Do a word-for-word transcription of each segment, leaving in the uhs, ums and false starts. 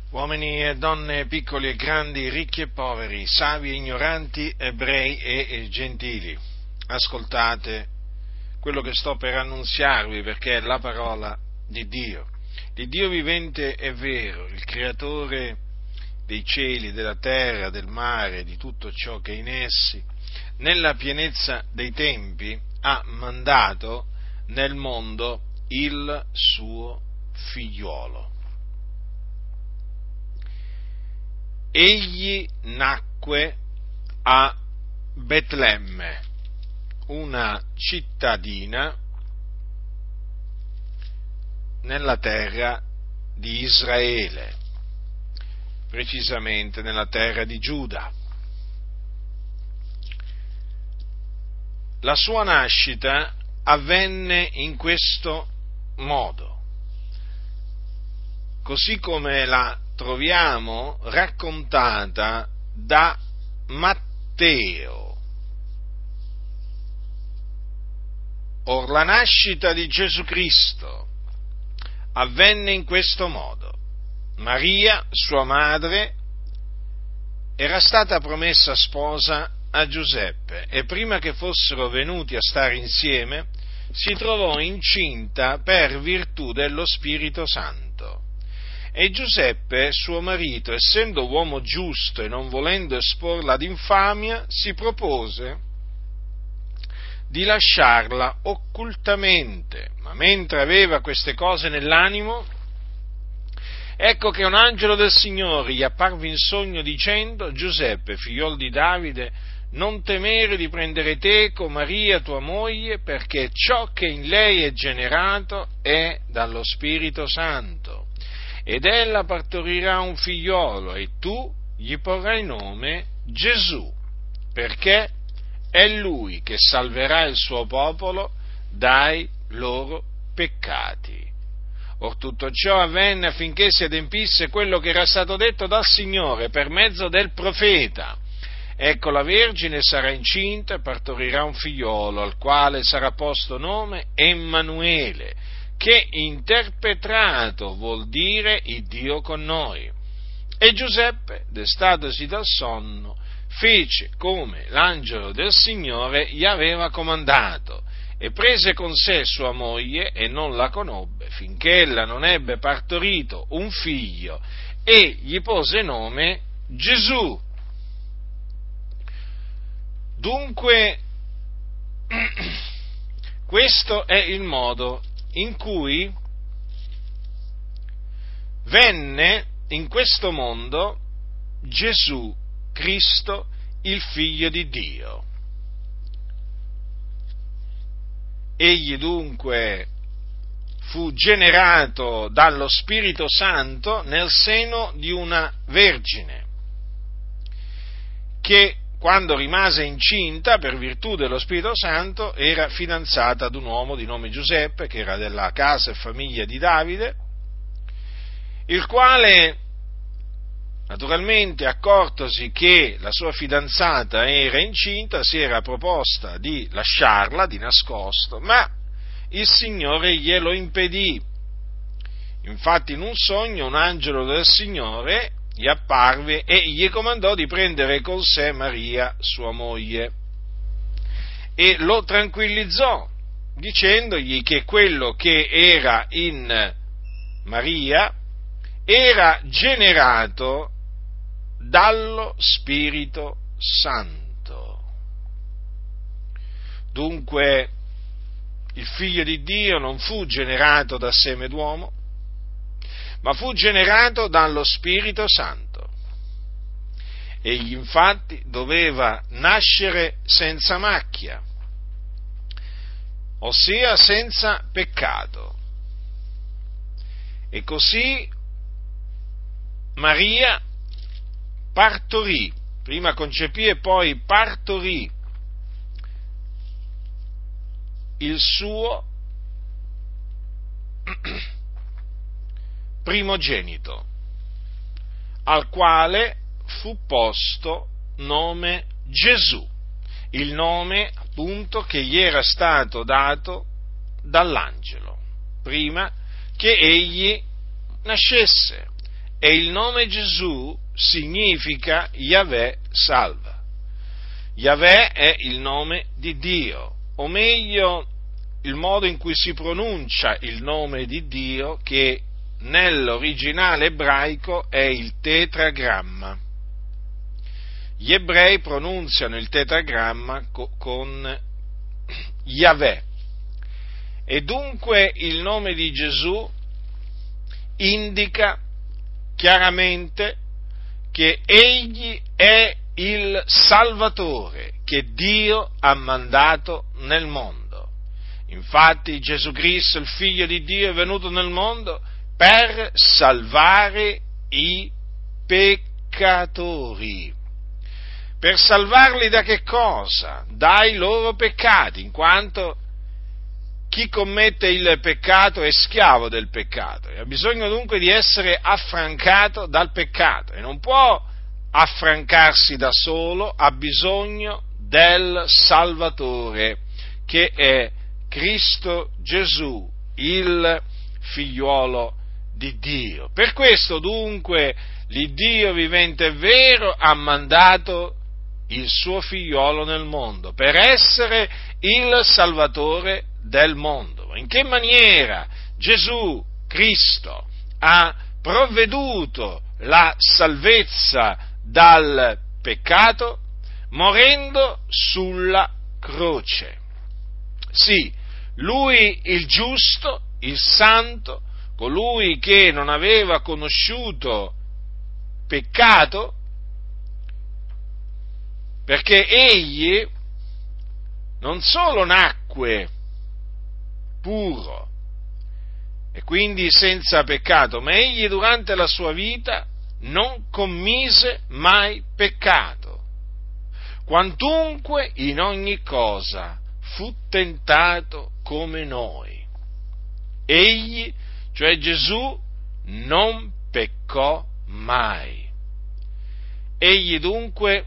Uomini e donne, piccoli e grandi, ricchi e poveri, savi e ignoranti, ebrei e gentili, ascoltate quello che sto per annunziarvi, perché è la parola di Dio, di Dio vivente e vero, il creatore dei cieli, della terra, del mare, di tutto ciò che è in essi, nella pienezza dei tempi ha mandato nel mondo il suo figliuolo. Egli nacque a Betlemme, una cittadina nella terra di Israele, precisamente nella terra di Giuda. La sua nascita avvenne in questo modo, così come la troviamo raccontata da Matteo. Or la nascita di Gesù Cristo avvenne in questo modo. Maria, sua madre, era stata promessa sposa a Giuseppe e prima che fossero venuti a stare insieme si trovò incinta per virtù dello Spirito Santo. E Giuseppe, suo marito, essendo uomo giusto e non volendo esporla ad infamia, si propose di lasciarla occultamente. Ma mentre aveva queste cose nell'animo, ecco che un angelo del Signore gli apparve in sogno dicendo: Giuseppe, figliol di Davide, non temere di prendere teco Maria tua moglie, perché ciò che in lei è generato è dallo Spirito Santo. Ed ella partorirà un figliolo e tu gli porrai nome Gesù, perché è lui che salverà il suo popolo dai loro peccati. Or tutto ciò avvenne affinché si adempisse quello che era stato detto dal Signore per mezzo del profeta. Ecco, la Vergine sarà incinta e partorirà un figliolo, al quale sarà posto nome Emmanuele, che interpretato vuol dire il Dio con noi. E Giuseppe, destatosi dal sonno, fece come l'angelo del Signore gli aveva comandato, e prese con sé sua moglie e non la conobbe, finché ella non ebbe partorito un figlio, e gli pose nome Gesù. Dunque, questo è il modo in cui venne in questo mondo Gesù Cristo, il Figlio di Dio. Egli dunque fu generato dallo Spirito Santo nel seno di una vergine, che quando rimase incinta per virtù dello Spirito Santo era fidanzata ad un uomo di nome Giuseppe, che era della casa e famiglia di Davide, il quale, naturalmente, accortosi che la sua fidanzata era incinta, si era proposta di lasciarla di nascosto, ma il Signore glielo impedì. Infatti in un sogno un angelo del Signore gli apparve e gli comandò di prendere con sé Maria, sua moglie, e lo tranquillizzò, dicendogli che quello che era in Maria era generato dallo Spirito Santo. Dunque il Figlio di Dio non fu generato da seme d'uomo, ma fu generato dallo Spirito Santo. Egli infatti doveva nascere senza macchia, ossia senza peccato. E così Maria partorì, prima concepì e poi partorì il suo primogenito, al quale fu posto nome Gesù, il nome appunto che gli era stato dato dall'angelo, prima che egli nascesse. e il nome Gesù significa Yahweh salva. Yahweh è il nome di Dio, o meglio, il modo in cui si pronuncia il nome di Dio, che nell'originale ebraico è il tetragramma. Gli ebrei pronunziano il tetragramma co- con Yahweh, e dunque il nome di Gesù indica chiaramente che egli è il Salvatore che Dio ha mandato nel mondo. Infatti Gesù Cristo, il Figlio di Dio, è venuto nel mondo per salvare i peccatori. Per salvarli da che cosa? Dai loro peccati, in quanto chi commette il peccato è schiavo del peccato e ha bisogno dunque di essere affrancato dal peccato, e non può affrancarsi da solo, ha bisogno del Salvatore, che è Cristo Gesù, il figliuolo di Dio. Per questo dunque l'Iddio vivente e vero ha mandato il suo figliuolo nel mondo per essere il Salvatore del mondo. In che maniera Gesù Cristo ha provveduto la salvezza dal peccato? Morendo sulla croce. Sì, lui il giusto, il santo, colui che non aveva conosciuto peccato, perché egli non solo nacque puro e quindi senza peccato, ma egli durante la sua vita non commise mai peccato, quantunque in ogni cosa fu tentato come noi. Egli, cioè Gesù, non peccò mai. Egli dunque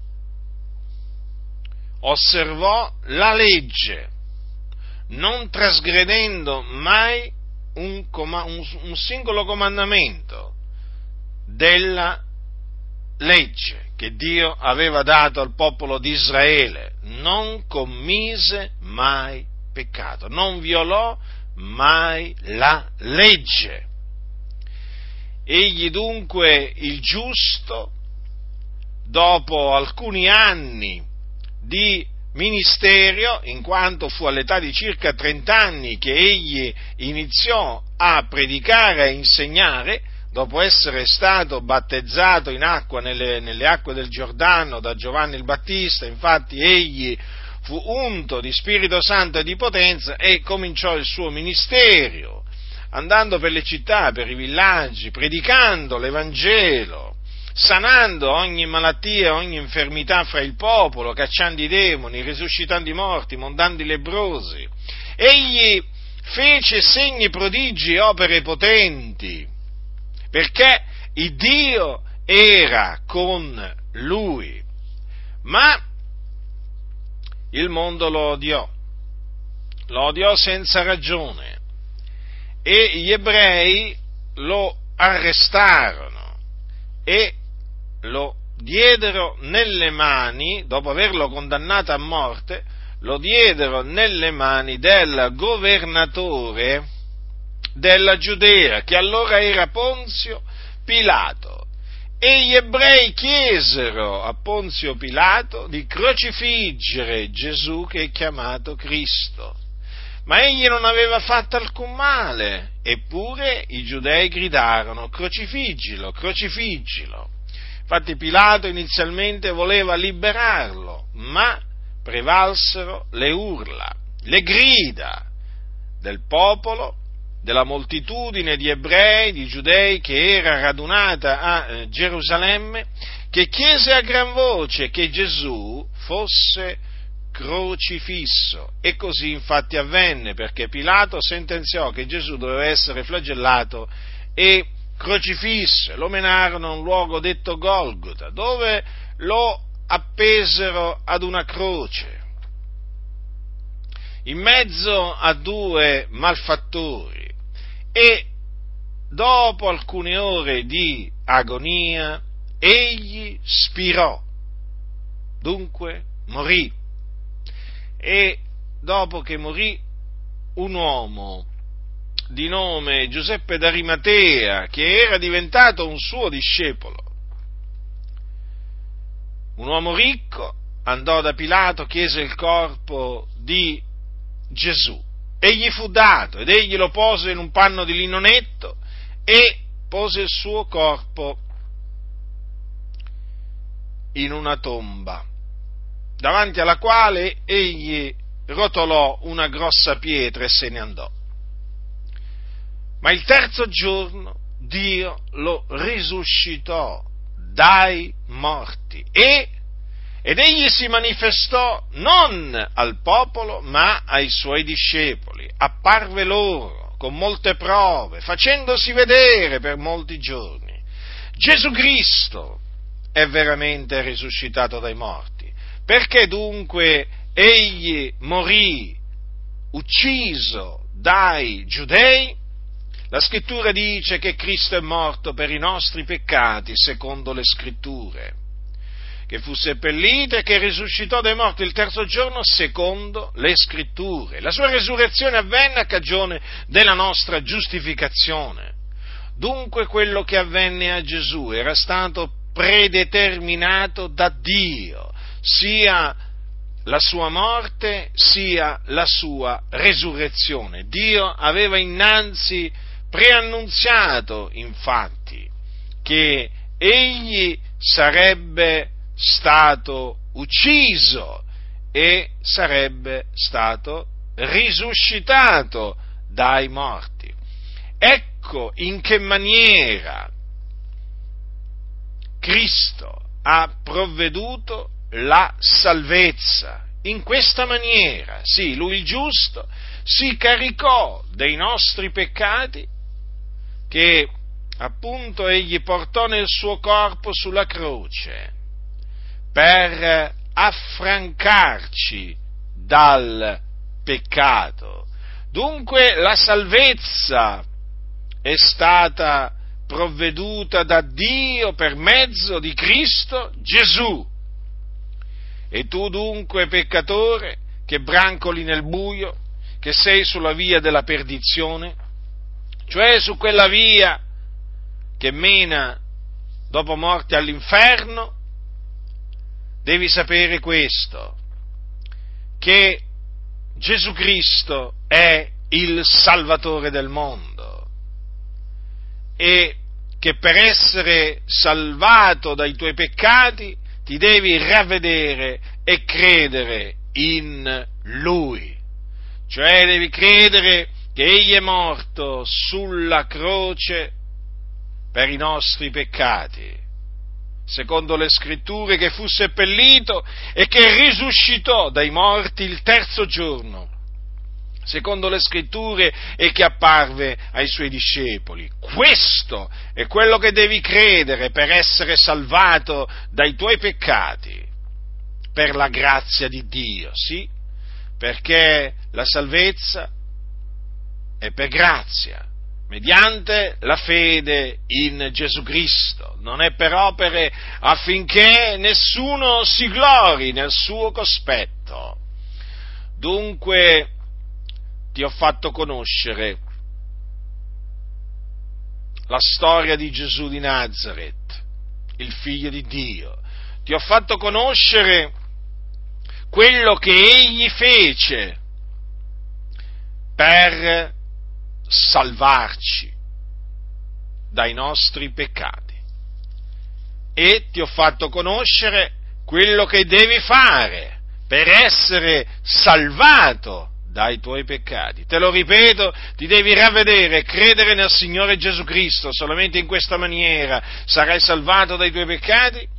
osservò la legge, non trasgredendo mai un, com- un, un singolo comandamento della legge che Dio aveva dato al popolo di Israele. Non commise mai peccato, non violò mai la legge. Egli dunque, il giusto, dopo alcuni anni di ministero, in quanto fu all'età di circa trent'anni che egli iniziò a predicare e a insegnare, dopo essere stato battezzato in acqua nelle, nelle acque del Giordano da Giovanni il Battista. Infatti egli fu unto di Spirito Santo e di potenza e cominciò il suo ministero, andando per le città, per i villaggi, predicando l'Evangelo, sanando ogni malattia, ogni infermità fra il popolo, cacciando i demoni, risuscitando i morti, mondando i lebbrosi. Egli fece segni, prodigi e opere potenti, perché il Dio era con lui. Ma il mondo lo odiò, lo odiò senza ragione, e gli ebrei lo arrestarono e lo diedero nelle mani, dopo averlo condannato a morte, lo diedero nelle mani del governatore della Giudea, che allora era Ponzio Pilato. E gli ebrei chiesero a Ponzio Pilato di crocifiggere Gesù, che è chiamato Cristo. Ma egli non aveva fatto alcun male, eppure i giudei gridarono: crocifiggilo, crocifiggilo. Infatti Pilato inizialmente voleva liberarlo, ma prevalsero le urla, le grida del popolo, della moltitudine di ebrei, di giudei che era radunata a eh, Gerusalemme, che chiese a gran voce che Gesù fosse crocifisso. E così infatti avvenne, perché Pilato sentenziò che Gesù doveva essere flagellato e crocifisso. Lo menarono a un luogo detto Golgota, dove lo appesero ad una croce, in mezzo a due malfattori, e dopo alcune ore di agonia, egli spirò, dunque morì. E dopo che morì, un uomo di nome Giuseppe d'Arimatea, che era diventato un suo discepolo, un uomo ricco, andò da Pilato, chiese il corpo di Gesù e gli fu dato, ed egli lo pose in un panno di lino netto e pose il suo corpo in una tomba, davanti alla quale egli rotolò una grossa pietra e se ne andò. Ma il terzo giorno Dio lo risuscitò dai morti e, ed egli si manifestò non al popolo ma ai suoi discepoli, apparve loro con molte prove, facendosi vedere per molti giorni. Gesù Cristo è veramente risuscitato dai morti. Perché dunque egli morì ucciso dai giudei? La scrittura dice che Cristo è morto per i nostri peccati, secondo le scritture, che fu seppellito e che risuscitò dai morti il terzo giorno, secondo le scritture. La sua resurrezione avvenne a cagione della nostra giustificazione. Dunque quello che avvenne a Gesù era stato predeterminato da Dio, sia la sua morte sia la sua resurrezione. Dio aveva innanzi preannunziato, infatti, che egli sarebbe stato ucciso e sarebbe stato risuscitato dai morti. Ecco in che maniera Cristo ha provveduto la salvezza. In questa maniera, sì, Lui il giusto si caricò dei nostri peccati che appunto egli portò nel suo corpo sulla croce per affrancarci dal peccato. Dunque la salvezza è stata provveduta da Dio per mezzo di Cristo Gesù. E tu dunque, peccatore, che brancoli nel buio, che sei sulla via della perdizione, cioè su quella via che mena dopo morte all'inferno, devi sapere questo, che Gesù Cristo è il Salvatore del mondo e che per essere salvato dai tuoi peccati ti devi ravvedere e credere in Lui, cioè devi credere che Egli è morto sulla croce per i nostri peccati, secondo le scritture, che fu seppellito e che risuscitò dai morti il terzo giorno, secondo le scritture, e che apparve ai suoi discepoli. Questo è quello che devi credere per essere salvato dai tuoi peccati, per la grazia di Dio, sì, perché la salvezza è per grazia, mediante la fede in Gesù Cristo, non è per opere, affinché nessuno si glori nel suo cospetto. Dunque ti ho fatto conoscere la storia di Gesù di Nazaret, il Figlio di Dio. Ti ho fatto conoscere quello che Egli fece per salvarci dai nostri peccati. E ti ho fatto conoscere quello che devi fare per essere salvato dai tuoi peccati. Te lo ripeto, ti devi ravvedere e credere nel Signore Gesù Cristo. Solamente in questa maniera sarai salvato dai tuoi peccati,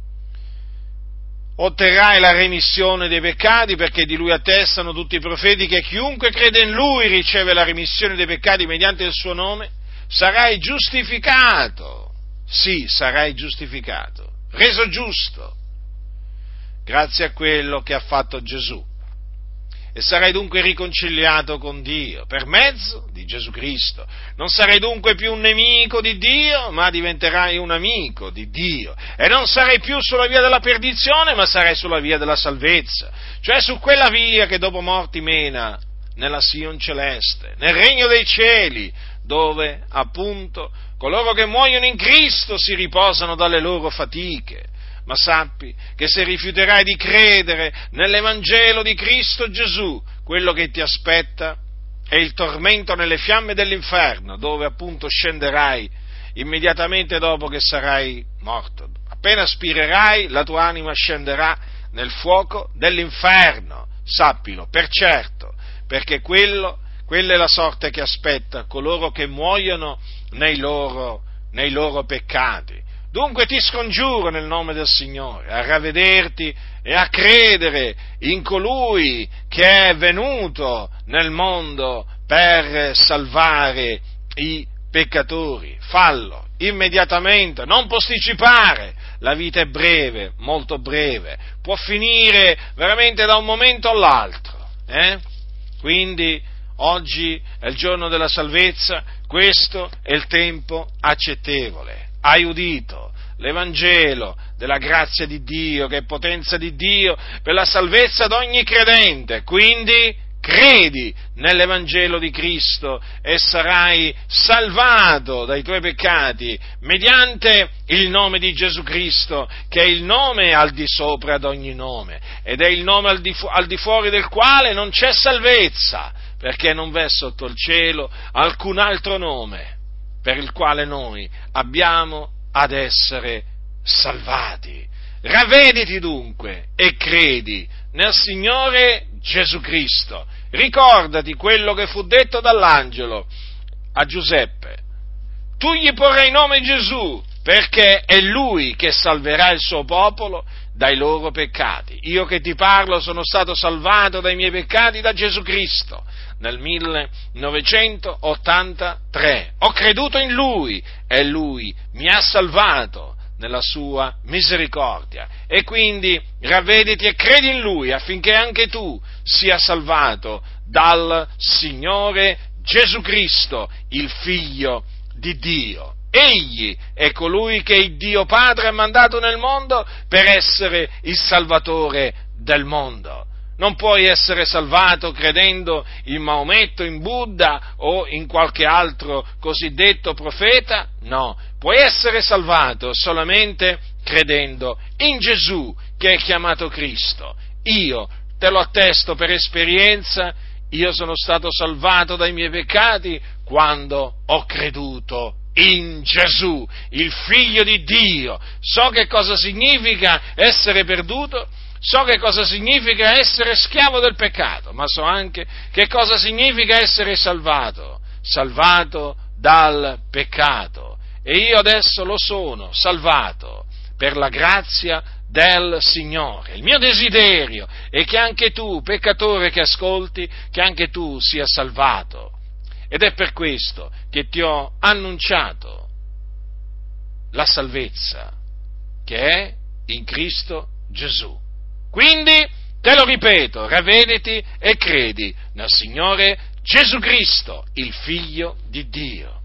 otterrai la remissione dei peccati, perché di Lui attestano tutti i profeti che chiunque crede in Lui riceve la remissione dei peccati mediante il suo nome. Sarai giustificato, sì, sarai giustificato, reso giusto, grazie a quello che ha fatto Gesù. e sarai dunque riconciliato con Dio per mezzo di Gesù Cristo. Non sarai dunque più un nemico di Dio, ma diventerai un amico di Dio, e non sarai più sulla via della perdizione, ma sarai sulla via della salvezza, cioè su quella via che dopo morti mena nella Sion celeste, nel regno dei cieli, dove appunto coloro che muoiono in Cristo si riposano dalle loro fatiche. Ma sappi che se rifiuterai di credere nell'Evangelo di Cristo Gesù, quello che ti aspetta è il tormento nelle fiamme dell'inferno, dove appunto scenderai immediatamente dopo che sarai morto. Appena aspirerai, la tua anima scenderà nel fuoco dell'inferno, sappilo, per certo, perché quello, quella è la sorte che aspetta coloro che muoiono nei loro, nei loro peccati. Dunque ti scongiuro nel nome del Signore a ravvederti e a credere in colui che è venuto nel mondo per salvare i peccatori. Fallo immediatamente, non posticipare. La vita è breve, molto breve, può finire veramente da un momento all'altro. Eh? Quindi oggi è il giorno della salvezza, questo è il tempo accettevole. Hai udito l'Evangelo della grazia di Dio, che è potenza di Dio per la salvezza di ogni credente, quindi credi nell'Evangelo di Cristo e sarai salvato dai tuoi peccati mediante il nome di Gesù Cristo, che è il nome al di sopra di ogni nome, ed è il nome al di, fu- al di fuori del quale non c'è salvezza, perché non v'è sotto il cielo alcun altro nome per il quale noi abbiamo ad essere salvati. Ravvediti dunque e credi nel Signore Gesù Cristo. Ricordati quello che fu detto dall'angelo a Giuseppe. Tu gli porrai nome Gesù, perché è Lui che salverà il suo popolo dai loro peccati. Io che ti parlo sono stato salvato dai miei peccati da Gesù Cristo nel millenovecentottantatré. Ho creduto in Lui e Lui mi ha salvato nella sua misericordia, e quindi ravvediti e credi in Lui affinché anche tu sia salvato dal Signore Gesù Cristo, il Figlio di Dio. Egli è colui che il Dio Padre ha mandato nel mondo per essere il Salvatore del mondo. Non puoi essere salvato credendo in Maometto, in Buddha o in qualche altro cosiddetto profeta, no, puoi essere salvato solamente credendo in Gesù, che è chiamato Cristo. Io te lo attesto per esperienza, io sono stato salvato dai miei peccati quando ho creduto in Gesù, il Figlio di Dio. So che cosa significa essere perduto, so che cosa significa essere schiavo del peccato, ma so anche che cosa significa essere salvato, salvato dal peccato. E io adesso lo sono, salvato, per la grazia del Signore. Il mio desiderio è che anche tu, peccatore che ascolti, che anche tu sia salvato. Ed è per questo che ti ho annunciato la salvezza che è in Cristo Gesù. Quindi, te lo ripeto, ravvediti e credi nel Signore Gesù Cristo, il Figlio di Dio.